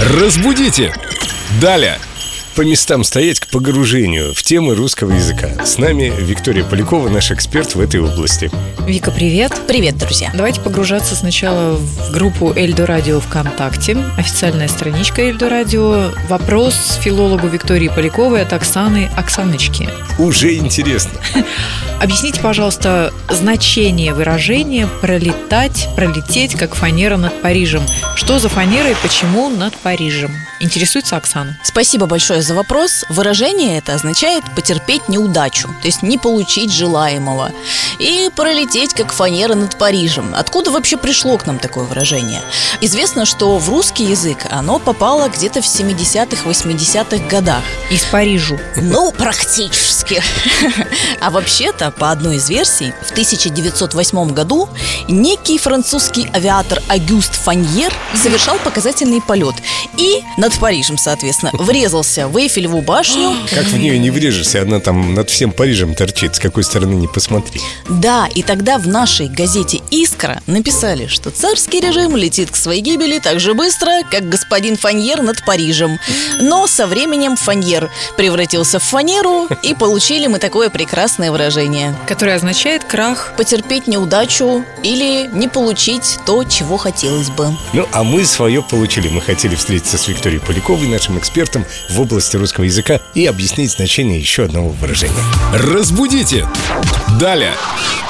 Разбудите! Далее! По местам стоять к погружению в темы русского языка. С нами Виктория Полякова, наш эксперт в этой области. Вика, привет. Привет, друзья. Давайте погружаться сначала в группу Эльдо Радио ВКонтакте. Официальная страничка Эльдо Радио. Вопрос филологу Виктории Поляковой от Оксаны Оксаночки. Уже интересно. Объясните, пожалуйста, значение выражения пролететь, как фанера над Парижем. Что за фанера и почему над Парижем? Интересуется Оксана. Спасибо большое за вопрос. Выражение это означает потерпеть неудачу, то есть не получить желаемого. И пролететь, как фанера над Парижем. Откуда вообще пришло к нам такое выражение? Известно, что в русский язык оно попало где-то в 70-х, 80-х годах. Из Парижу. Ну, практически. А вообще-то, по одной из версий, в 1908 году некий французский авиатор Агюст Фаньер совершал показательный полет и над Парижем, соответственно, врезался в Эйфелеву башню. Как в нее не врежешься, она там над всем Парижем торчит, с какой стороны ни посмотри. Да, и тогда в нашей газете «Искра» написали, что царский режим летит к своей гибели так же быстро, как господин Фаньер над Парижем. Но со временем Фаньер превратился в фанеру, и получили мы такое прекрасное выражение. Которое означает крах. Потерпеть неудачу или не получить то, чего хотелось бы. Ну, а мы свое получили. Мы хотели встретиться с Викторией Поляковой, нашим экспертом в области русского языка, и объяснить значение еще одного выражения. Разбудите! Далее!